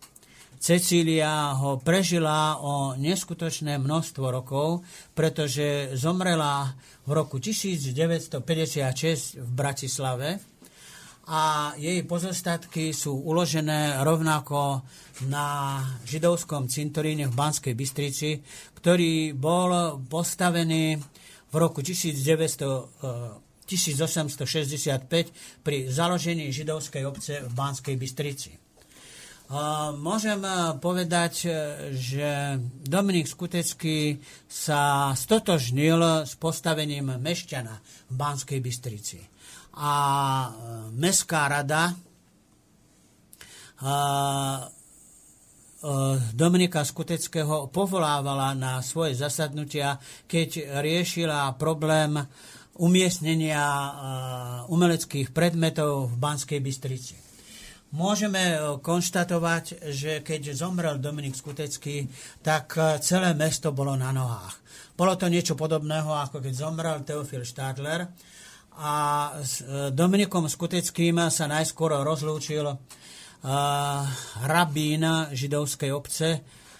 Cecília ho prežila o neskutočné množstvo rokov, pretože zomrela v roku devätnásťstopäťdesiatšesť v Bratislave a jej pozostatky sú uložené rovnako na židovskom cintoríne v Banskej Bystrici, ktorý bol postavený v roku tisícosemstošesťdesiatpäť pri založení židovskej obce v Banskej Bystrici. Môžem povedať, že Dominik Skutecký sa stotožnil s postavením mešťana v Banskej Bystrici. A mestská rada Dominika Skuteckého povolávala na svoje zasadnutia, keď riešila problém umiestnenia umeleckých predmetov v Banskej Bystrici. Môžeme konštatovať, že keď zomrel Dominik Skutecký, tak celé mesto bolo na nohách. Bolo to niečo podobného, ako keď zomrel Teofil Štádler a s Dominikom Skuteckým sa najskôr rozlúčil uh, rabín židovskej obce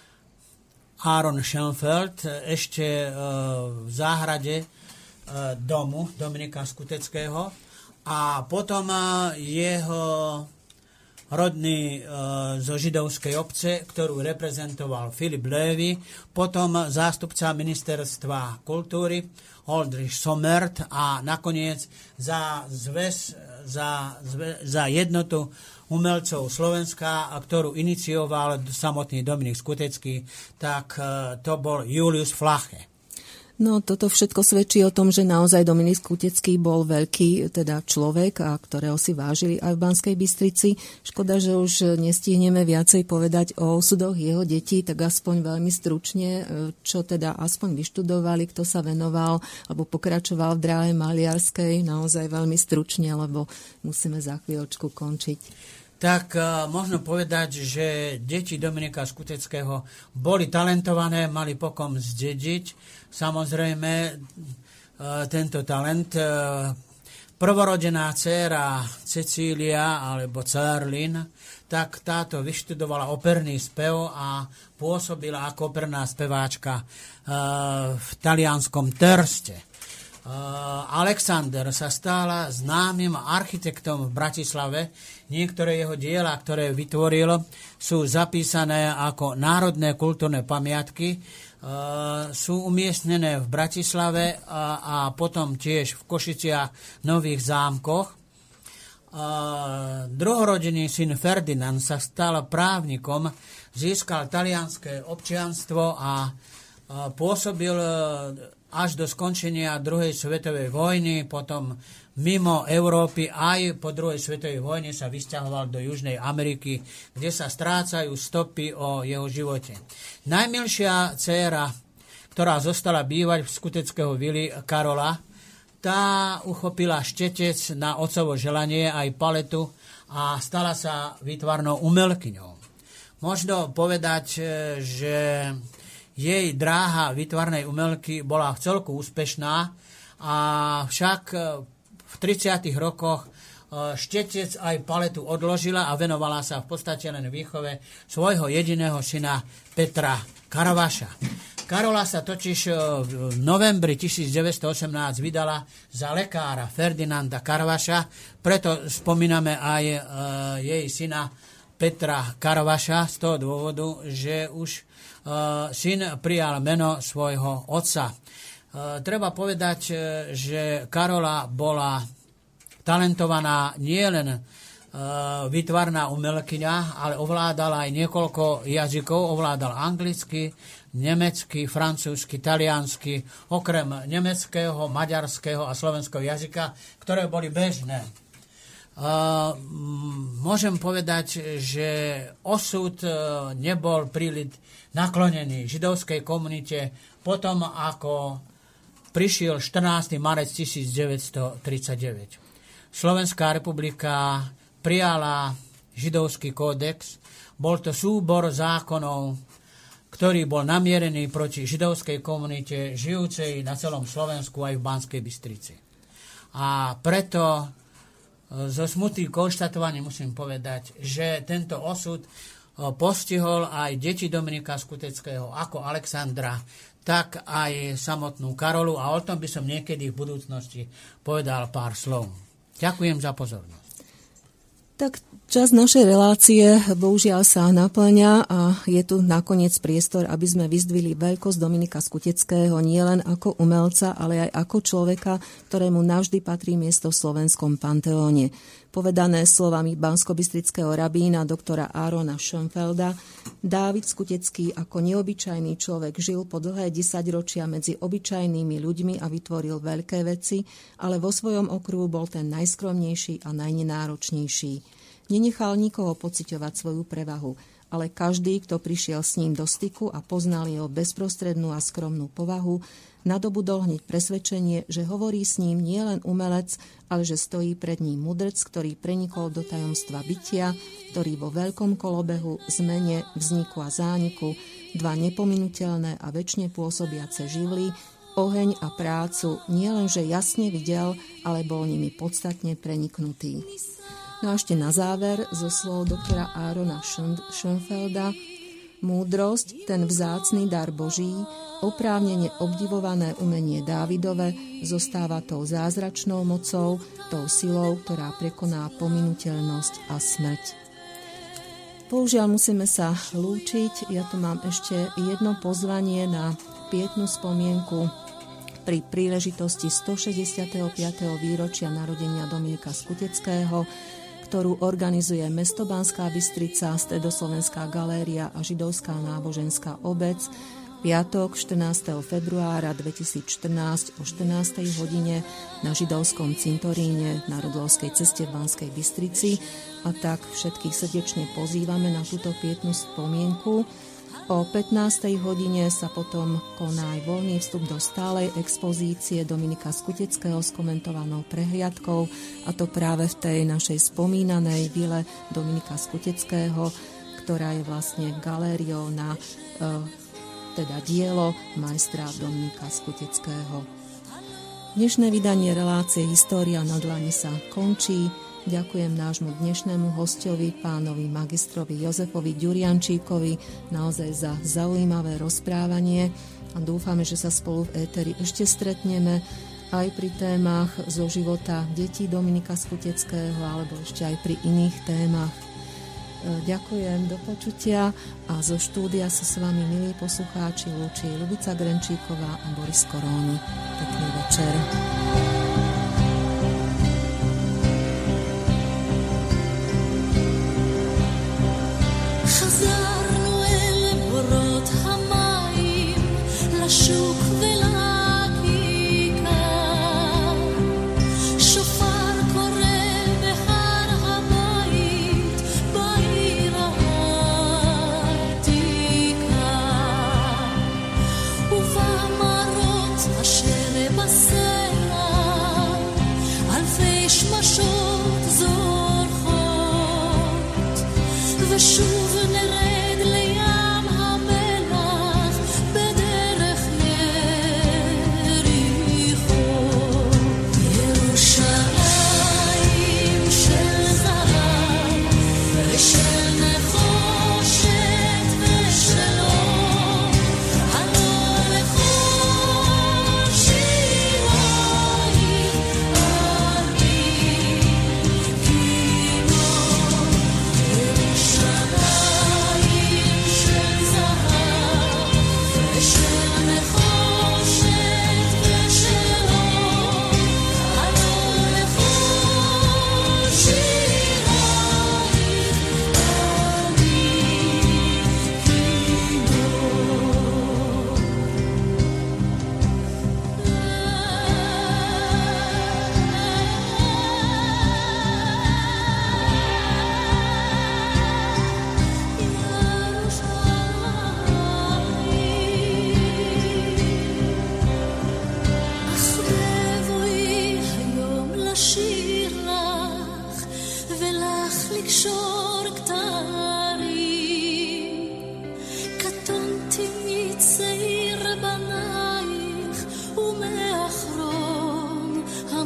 Aaron Schoenfeld ešte uh, v záhrade uh, domu Dominika Skuteckého a potom uh, jeho rodný e, zo židovskej obce, ktorú reprezentoval Filip Lévy, potom zástupca ministerstva kultúry Oldrich Sommert a nakoniec za zväz, za, zve, za jednotu umelcov Slovenska, ktorú inicioval samotný Dominik Skutecký, tak e, to bol Julius Flache. No, toto všetko svedčí o tom, že naozaj Dominik Skutecký bol veľký teda človek, a ktorého si vážili aj v Banskej Bystrici. Škoda, že už nestihneme viacej povedať o osudoch jeho detí, tak aspoň veľmi stručne, čo teda aspoň vyštudovali, kto sa venoval alebo pokračoval v dráhe maliarskej, naozaj veľmi stručne, lebo musíme za chvíľočku končiť. Tak uh, možno povedať, že deti Dominika Skuteckého boli talentované, mali pokom zdediť. Samozrejme, uh, tento talent uh, prvorodená dcéra Cecília alebo Cérlin, tak táto vyštudovala operný spev a pôsobila ako operná speváčka uh, v talianskom Terste. Uh, Alexander sa stala známym architektom v Bratislave. Niektoré jeho diela, ktoré vytvoril, sú zapísané ako národné kultúrne pamiatky. Uh, sú umiestnené v Bratislave a, a potom tiež v Košiciach, Nových Zámkoch. Uh, druhorodený syn Ferdinand sa stal právnikom, získal talianské občianstvo a uh, pôsobil uh, až do skončenia druhej svetovej vojny, potom mimo Európy aj po druhej svetovej vojne sa vysťahoval do Južnej Ameriky, kde sa strácajú stopy o jeho živote. Najmilšia dcéra, ktorá zostala bývať v skuteckého vili, Karola, tá uchopila štetec na otcovo želanie aj paletu a stala sa výtvarnou umelkyňou. Možno povedať, že jej dráha výtvarnej umelky bola vcelku úspešná, a však v tridsiatych rokoch štetec aj paletu odložila a venovala sa v podstate len výchove svojho jediného syna Petra Karavaša. Karola sa totiž v novembri tisícdeväťstoosemnásť vydala za lekára Ferdinanda Karavaša, preto spomíname aj e, jej syna Petra Karavaša z toho dôvodu, že už e, syn prijal meno svojho otca. E, treba povedať, že Karola bola talentovaná nielen e, výtvarná umelkyňa, ale ovládala aj niekoľko jazykov, ovládal anglicky, nemecký, francúzsky, taliansky, okrem nemeckého, maďarského a slovenského jazyka, ktoré boli bežné. Uh, môžem povedať, že osud uh, nebol príliš naklonený židovskej komunite potom, ako prišiel štrnásteho marca tisícdeväťstotridsaťdeväť. Slovenská republika prijala židovský kódex. Bol to súbor zákonov, ktorý bol namierený proti židovskej komunite žijúcej na celom Slovensku aj v Banskej Bystrici. A preto zo smutným konštatovaním musím povedať, že tento osud postihol aj deti Dominika Skuteckého ako Alexandra, tak aj samotnú Karolu, a o tom by som niekedy v budúcnosti povedal pár slov. Ďakujem za pozornosť. Tak čas našej relácie bohužiaľ sa naplňa a je tu nakoniec priestor, aby sme vyzdvihli veľkosť Dominika Skuteckého nielen ako umelca, ale aj ako človeka, ktorému navždy patrí miesto v slovenskom panteóne. Povedané slovami banskobystrického rabína doktora Árona Schönfelda, Dávid Skutecký ako neobyčajný človek žil po dlhé desaťročia medzi obyčajnými ľuďmi a vytvoril veľké veci, ale vo svojom okruhu bol ten najskromnejší a najnenáročnejší. Nenechal nikoho pociťovať svoju prevahu, ale každý, kto prišiel s ním do styku a poznal jeho bezprostrednú a skromnú povahu, nadobudol hneď presvedčenie, že hovorí s ním nielen umelec, ale že stojí pred ním mudrc, ktorý prenikol do tajomstva bytia, ktorý vo veľkom kolobehu, zmene, vzniku a zániku, dva nepominuteľné a večne pôsobiace živly, oheň a prácu nielenže jasne videl, ale bol nimi podstatne preniknutý. No a ešte na záver zo slov doktora Árona Schönfelda: múdrosť, ten vzácny dar Boží, oprávnene obdivované umenie Dávidove, zostáva tou zázračnou mocou, tou silou, ktorá prekoná pominuteľnosť a smrť. Bohužiaľ musíme sa lúčiť. Ja tu mám ešte jedno pozvanie na pietnú spomienku pri príležitosti stošesťdesiateho piateho výročia narodenia Dominika Skuteckého, ktorú organizuje mesto Banská Bystrica, Stredoslovenská galéria a Židovská náboženská obec piatok štrnásteho februára dvetisícštrnásť o štrnástej hodine na židovskom cintoríne na Rudlovskej ceste v Banskej Bystrici, a tak všetkých srdečne pozývame na túto pietnú spomienku. O pätnástej hodine sa potom koná aj voľný vstup do stálej expozície Dominika Skuteckého s komentovanou prehliadkou, a to práve v tej našej spomínanej vile Dominika Skuteckého, ktorá je vlastne galériou na e, teda dielo majstra Dominika Skuteckého. Dnešné vydanie relácie História na dlani sa končí. Ďakujem nášmu dnešnému hosťovi, pánovi magistrovi Jozefovi Ďuriančíkovi, naozaj za zaujímavé rozprávanie, a dúfame, že sa spolu v éteri ešte stretneme aj pri témach zo života detí Dominika Skuteckého alebo ešte aj pri iných témach. Ďakujem, do počutia, a zo štúdia sa s vami, milí poslucháči, lúči Ľubica Grenčíková a Boris Koróni. Pekný večer. חזרנו אל בורות המים, לשוק ולהקים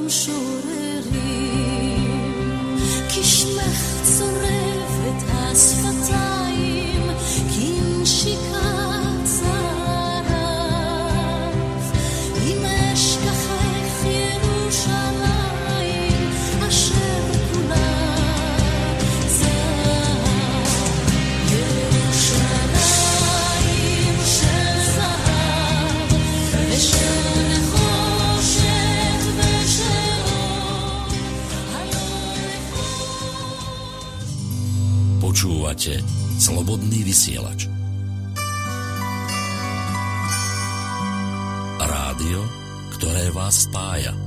משוררים, כי שמך צורב את השפתיים, כנשיקת צרף, אם אשכחך ירושלים, אשר כולה זהב. ירושלים של זהב ושל נחושת ושל אור, הלא Počúvate Slobodný vysielač. Rádio, ktoré vás spája.